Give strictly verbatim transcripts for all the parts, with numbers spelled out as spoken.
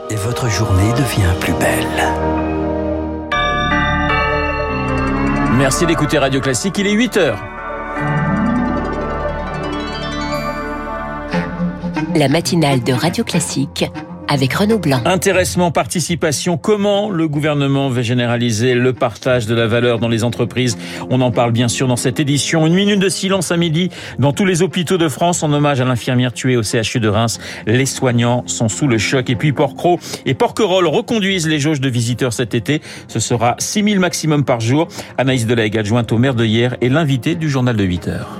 et votre journée devient plus belle. Merci d'écouter Radio Classique, il est huit heures. La matinale de Radio Classique avec Renaud Blanc. Intéressement, participation, comment le gouvernement va généraliser le partage de la valeur dans les entreprises? On en parle bien sûr dans cette édition. Une minute de silence à midi dans tous les hôpitaux de France en hommage à l'infirmière tuée au C H U de Reims. Les soignants sont sous le choc. Et puis Porquerolles et Porquerolles reconduisent les jauges de visiteurs cet été. Ce sera six mille maximum par jour. Anaïs Delahaye, adjointe au maire de Hyères, est l'invitée du journal de huit heures.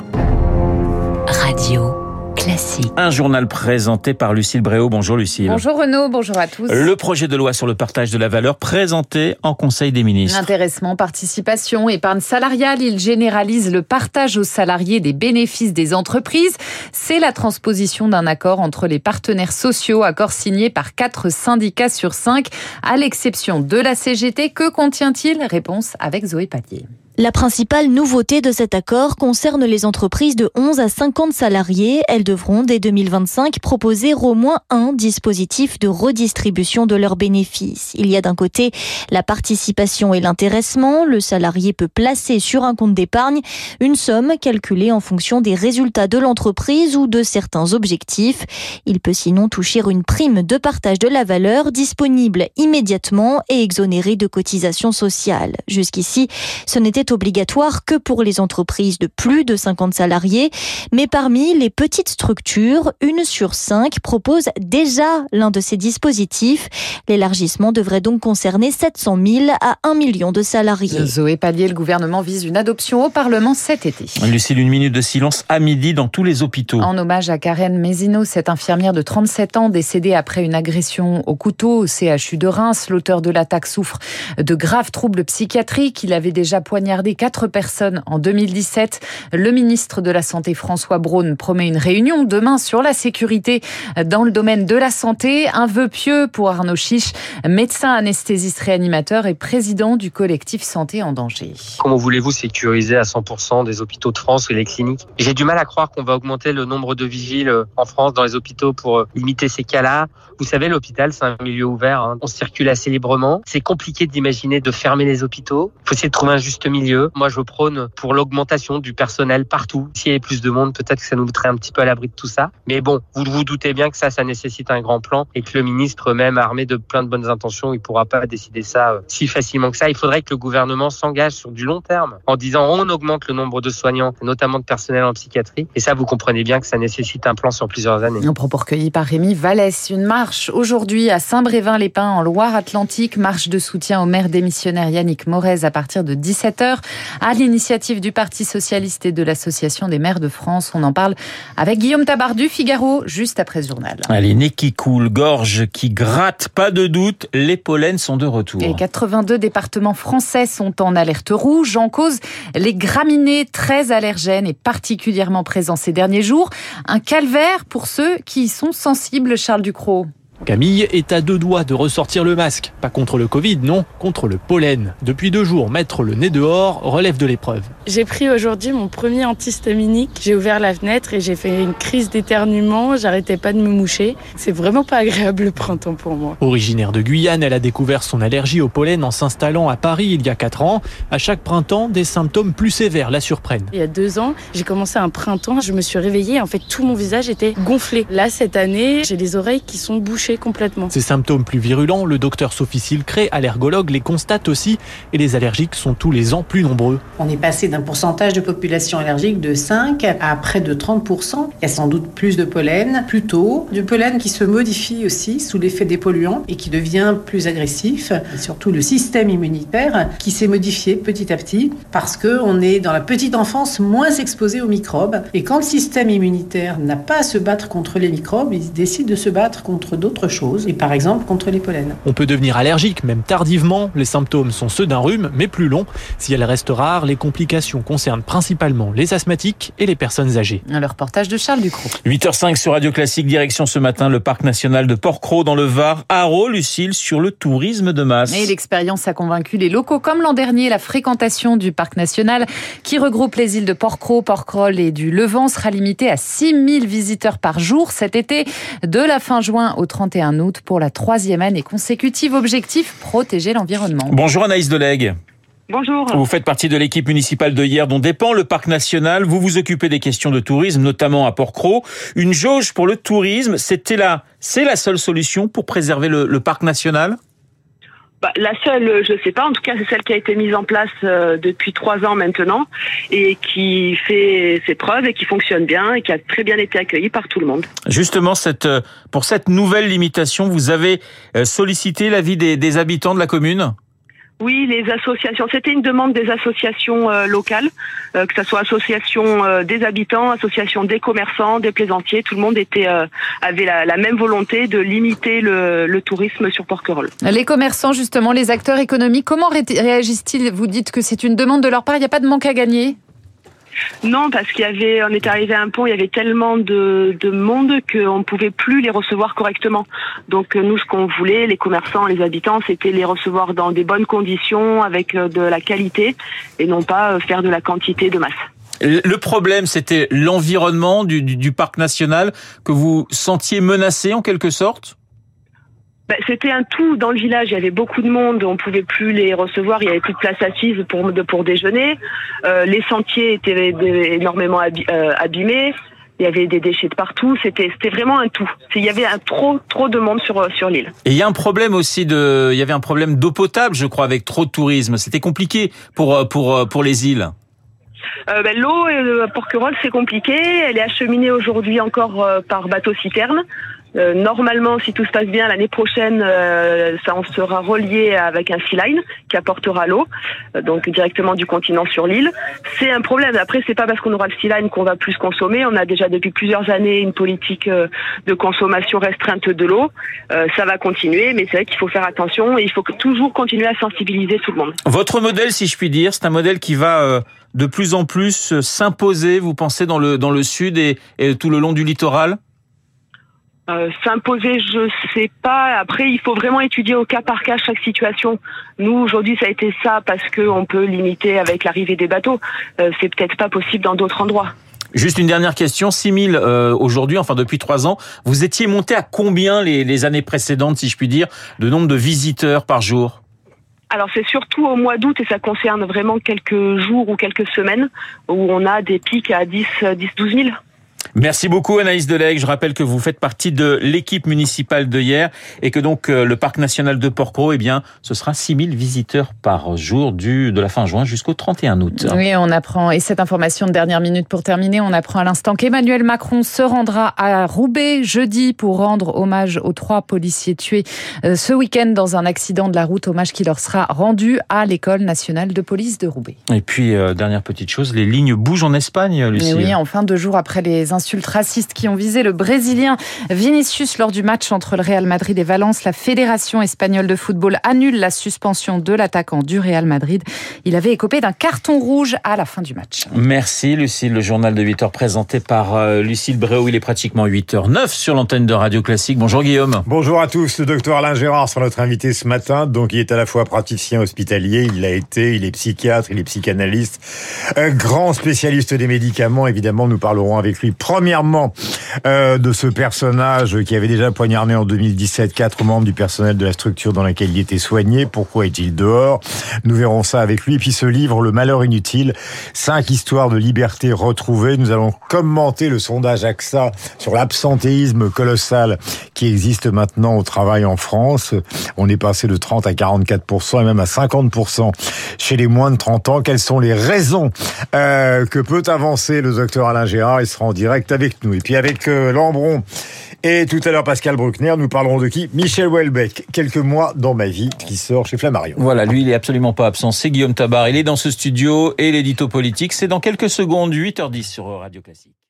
Radio Classique. Un journal présenté par Lucille Bréau. Bonjour Lucille. Bonjour Renaud, bonjour à tous. Le projet de loi sur le partage de la valeur présenté en Conseil des ministres. Intéressement, participation, épargne salariale, il généralise le partage aux salariés des bénéfices des entreprises. C'est la transposition d'un accord entre les partenaires sociaux, accord signé par quatre syndicats sur cinq, à l'exception de la C G T. Que contient-il? Réponse avec Zoé Pallier. La principale nouveauté de cet accord concerne les entreprises de onze à cinquante salariés. Elles devront, dès deux mille vingt-cinq, proposer au moins un dispositif de redistribution de leurs bénéfices. Il y a d'un côté la participation et l'intéressement. Le salarié peut placer sur un compte d'épargne une somme calculée en fonction des résultats de l'entreprise ou de certains objectifs. Il peut sinon toucher une prime de partage de la valeur disponible immédiatement et exonérée de cotisations sociales. Jusqu'ici, ce n'était obligatoire que pour les entreprises de plus de cinquante salariés. Mais parmi les petites structures, une sur cinq propose déjà l'un de ces dispositifs. L'élargissement devrait donc concerner sept cent mille à un million de salariés. Zoé Pallier, le gouvernement vise une adoption au Parlement cet été. Lucille, une minute de silence à midi dans tous les hôpitaux. En hommage à Karen Mézineau, cette infirmière de trente-sept ans décédée après une agression au couteau au C H U de Reims. L'auteur de l'attaque souffre de graves troubles psychiatriques. Il avait déjà poignardé quatre personnes en deux mille dix-sept. Le ministre de la Santé, François Braun, promet une réunion demain sur la sécurité dans le domaine de la santé. Un vœu pieux pour Arnaud Chiche, médecin anesthésiste réanimateur et président du collectif Santé en danger. Comment voulez-vous sécuriser à cent pour cent des hôpitaux de France et les cliniques? J'ai du mal à croire qu'on va augmenter le nombre de vigiles en France dans les hôpitaux pour limiter ces cas-là. Vous savez, l'hôpital, c'est un milieu ouvert. Hein. On circule assez librement. C'est compliqué d'imaginer de fermer les hôpitaux. Il faut essayer de trouver un juste milieu. Moi, je prône pour l'augmentation du personnel partout. S'il y avait plus de monde, peut-être que ça nous mettrait un petit peu à l'abri de tout ça. Mais bon, vous vous doutez bien que ça, ça nécessite un grand plan et que le ministre, même armé de plein de bonnes intentions, il pourra pas décider ça si facilement que ça. Il faudrait que le gouvernement s'engage sur du long terme en disant on augmente le nombre de soignants, notamment de personnel en psychiatrie. Et ça, vous comprenez bien que ça nécessite un plan sur plusieurs années. Un propos recueilli par Rémi Vallès. Une marche aujourd'hui à Saint-Brévin-les-Pins en Loire-Atlantique. Marche de soutien au maire démissionnaire Yannick Morez à partir de dix-sept heures. À l'initiative du Parti Socialiste et de l'Association des maires de France. On en parle avec Guillaume Tabar du Figaro, juste après ce journal. Allez, nez qui coule, gorge qui gratte, pas de doute, les pollens sont de retour. Et quatre-vingt-deux départements français sont en alerte rouge. En cause, les graminées très allergènes et particulièrement présents ces derniers jours. Un calvaire pour ceux qui y sont sensibles, Charles Ducrot. Camille est à deux doigts de ressortir le masque. Pas contre le Covid, non, contre le pollen. Depuis deux jours, mettre le nez dehors relève de l'épreuve. J'ai pris aujourd'hui mon premier antihistaminique. J'ai ouvert la fenêtre et j'ai fait une crise d'éternuement. J'arrêtais pas de me moucher. C'est vraiment pas agréable le printemps pour moi. Originaire de Guyane, elle a découvert son allergie au pollen en s'installant à Paris il y a quatre ans. À chaque printemps, des symptômes plus sévères la surprennent. Il y a deux ans, j'ai commencé un printemps. Je me suis réveillée. En fait, tout mon visage était gonflé. Là, cette année, j'ai les oreilles qui sont bouchées complètement. Ces symptômes plus virulents, le docteur Sophie Silcré, allergologue, les constate aussi et les allergiques sont tous les ans plus nombreux. On est passé d'un pourcentage de population allergique de cinq à près de trente pour cent. Il y a sans doute plus de pollen, plus tôt, du pollen qui se modifie aussi sous l'effet des polluants et qui devient plus agressif. Et surtout le système immunitaire qui s'est modifié petit à petit parce qu'on est dans la petite enfance moins exposé aux microbes. Et quand le système immunitaire n'a pas à se battre contre les microbes, il décide de se battre contre d'autres choses, et par exemple contre les pollens. On peut devenir allergique, même tardivement. Les symptômes sont ceux d'un rhume, mais plus long. Si elles restent rares, les complications concernent principalement les asthmatiques et les personnes âgées. Le reportage de Charles Ducrot. huit heures cinq sur Radio Classique, direction ce matin le parc national de Porquerolles dans le Var. Haro, Lucille, sur le tourisme de masse. Et l'expérience a convaincu les locaux, comme l'an dernier, la fréquentation du parc national qui regroupe les îles de Porquerolles, Porquerolles et du Levant sera limitée à six mille visiteurs par jour cet été, de la fin juin au trente trente et un août pour la troisième année consécutive. Objectif, protéger l'environnement. Bonjour Anaïs Delegue. Bonjour. Vous faites partie de l'équipe municipale de Hyères dont dépend le parc national. Vous vous occupez des questions de tourisme, notamment à Port-Cros. Une jauge pour le tourisme, c'était là, c'est la seule solution pour préserver le, le parc national ? Bah, la seule, je sais pas, en tout cas c'est celle qui a été mise en place euh, depuis trois ans maintenant et qui fait ses preuves et qui fonctionne bien et qui a très bien été accueillie par tout le monde. Justement, cette, pour cette nouvelle limitation, vous avez sollicité l'avis des, des habitants de la commune ? Oui, les associations. C'était une demande des associations euh, locales, euh, que ce soit association euh, des habitants, association des commerçants, des plaisantiers. Tout le monde était euh, avait la, la même volonté de limiter le, le tourisme sur Porquerolles. Les commerçants, justement, les acteurs économiques, comment ré- réagissent-ils ? Vous dites que c'est une demande de leur part, il n'y a pas de manque à gagner ? Non, parce qu'il y avait, on est arrivé à un pont, il y avait tellement de, de monde qu'on ne pouvait plus les recevoir correctement. Donc nous, ce qu'on voulait, les commerçants, les habitants, c'était les recevoir dans des bonnes conditions, avec de la qualité, et non pas faire de la quantité de masse. Le problème, c'était l'environnement du, du, du parc national que vous sentiez menacé en quelque sorte ? Ben, c'était un tout dans le village, il y avait beaucoup de monde, on pouvait plus les recevoir, il y avait plus de place assise pour, pour déjeuner, euh, les sentiers étaient énormément abîmés, il y avait des déchets de partout, c'était, c'était vraiment un tout. Il y avait un, trop, trop de monde sur, sur l'île. Et il y a un problème aussi de, il y avait un problème d'eau potable, je crois, avec trop de tourisme. C'était compliqué pour, pour, pour les îles. Euh, ben, l'eau à Porquerolles, c'est compliqué, elle est acheminée aujourd'hui encore euh, par bateau-citerne. Euh, normalement, si tout se passe bien, l'année prochaine, euh, ça en sera relié avec un sea line qui apportera l'eau, euh, donc directement du continent sur l'île. C'est un problème. Après, c'est pas parce qu'on aura le sea line qu'on va plus consommer. On a déjà depuis plusieurs années une politique euh, de consommation restreinte de l'eau. Euh, ça va continuer, mais c'est vrai qu'il faut faire attention et il faut toujours continuer à sensibiliser tout le monde. Votre modèle, si je puis dire, c'est un modèle qui va euh, de plus en plus s'imposer, vous pensez, dans le dans le sud et, et tout le long du littoral ? Euh, s'imposer, je sais pas. Après, il faut vraiment étudier au cas par cas chaque situation. Nous, aujourd'hui, ça a été ça parce que on peut limiter avec l'arrivée des bateaux. Euh, c'est peut-être pas possible dans d'autres endroits. Juste une dernière question. six mille euh, aujourd'hui, enfin depuis trois ans. Vous étiez monté à combien les, les années précédentes, si je puis dire, de nombre de visiteurs par jour ? Alors c'est surtout au mois d'août et ça concerne vraiment quelques jours ou quelques semaines où on a des pics à dix, douze mille. Merci beaucoup Anaïs Delegue. Je rappelle que vous faites partie de l'équipe municipale de Hyères et que donc euh, le parc national de Port-Cros, eh bien, ce sera six mille visiteurs par jour du de la fin juin jusqu'au trente et un août. Oui, on apprend, et cette information de dernière minute pour terminer, on apprend à l'instant qu'Emmanuel Macron se rendra à Roubaix jeudi pour rendre hommage aux trois policiers tués euh, ce week-end dans un accident de la route, hommage qui leur sera rendu à l'École nationale de police de Roubaix. Et puis, euh, dernière petite chose, les lignes bougent en Espagne, Lucie. Et oui, enfin deux jours après les insultes racistes qui ont visé le Brésilien Vinicius lors du match entre le Real Madrid et Valence. La Fédération espagnole de football annule la suspension de l'attaquant du Real Madrid. Il avait écopé d'un carton rouge à la fin du match. Merci Lucille. Le journal de huit heures présenté par euh, Lucille Bréau. Il est pratiquement huit heures neuf sur l'antenne de Radio Classique. Bonjour Guillaume. Bonjour à tous. Le docteur Alain Gérard sera notre invité ce matin. Donc il est à la fois praticien hospitalier, il l'a été, il est psychiatre, il est psychanalyste, un grand spécialiste des médicaments. Évidemment, nous parlerons avec lui premièrement Euh, de ce personnage qui avait déjà poignardé en deux mille dix-sept quatre membres du personnel de la structure dans laquelle il était soigné. Pourquoi est-il dehors ? Nous verrons ça avec lui. Et puis ce livre, Le Malheur Inutile, cinq histoires de liberté retrouvées. Nous allons commenter le sondage A X A sur l'absentéisme colossal qui existe maintenant au travail en France. On est passé de trente à quarante-quatre pour cent et même à cinquante pour cent chez les moins de trente ans. Quelles sont les raisons euh, que peut avancer le docteur Alain Gérard ? Il sera en direct avec nous. Et puis avec euh, Lambron et tout à l'heure Pascal Bruckner, nous parlerons de qui ? Michel Houellebecq, Quelques mois dans ma vie, qui sort chez Flammarion. Voilà, lui il est absolument pas absent, c'est Guillaume Tabar, il est dans ce studio et l'édito politique, c'est dans quelques secondes, huit heures dix sur Radio Classique.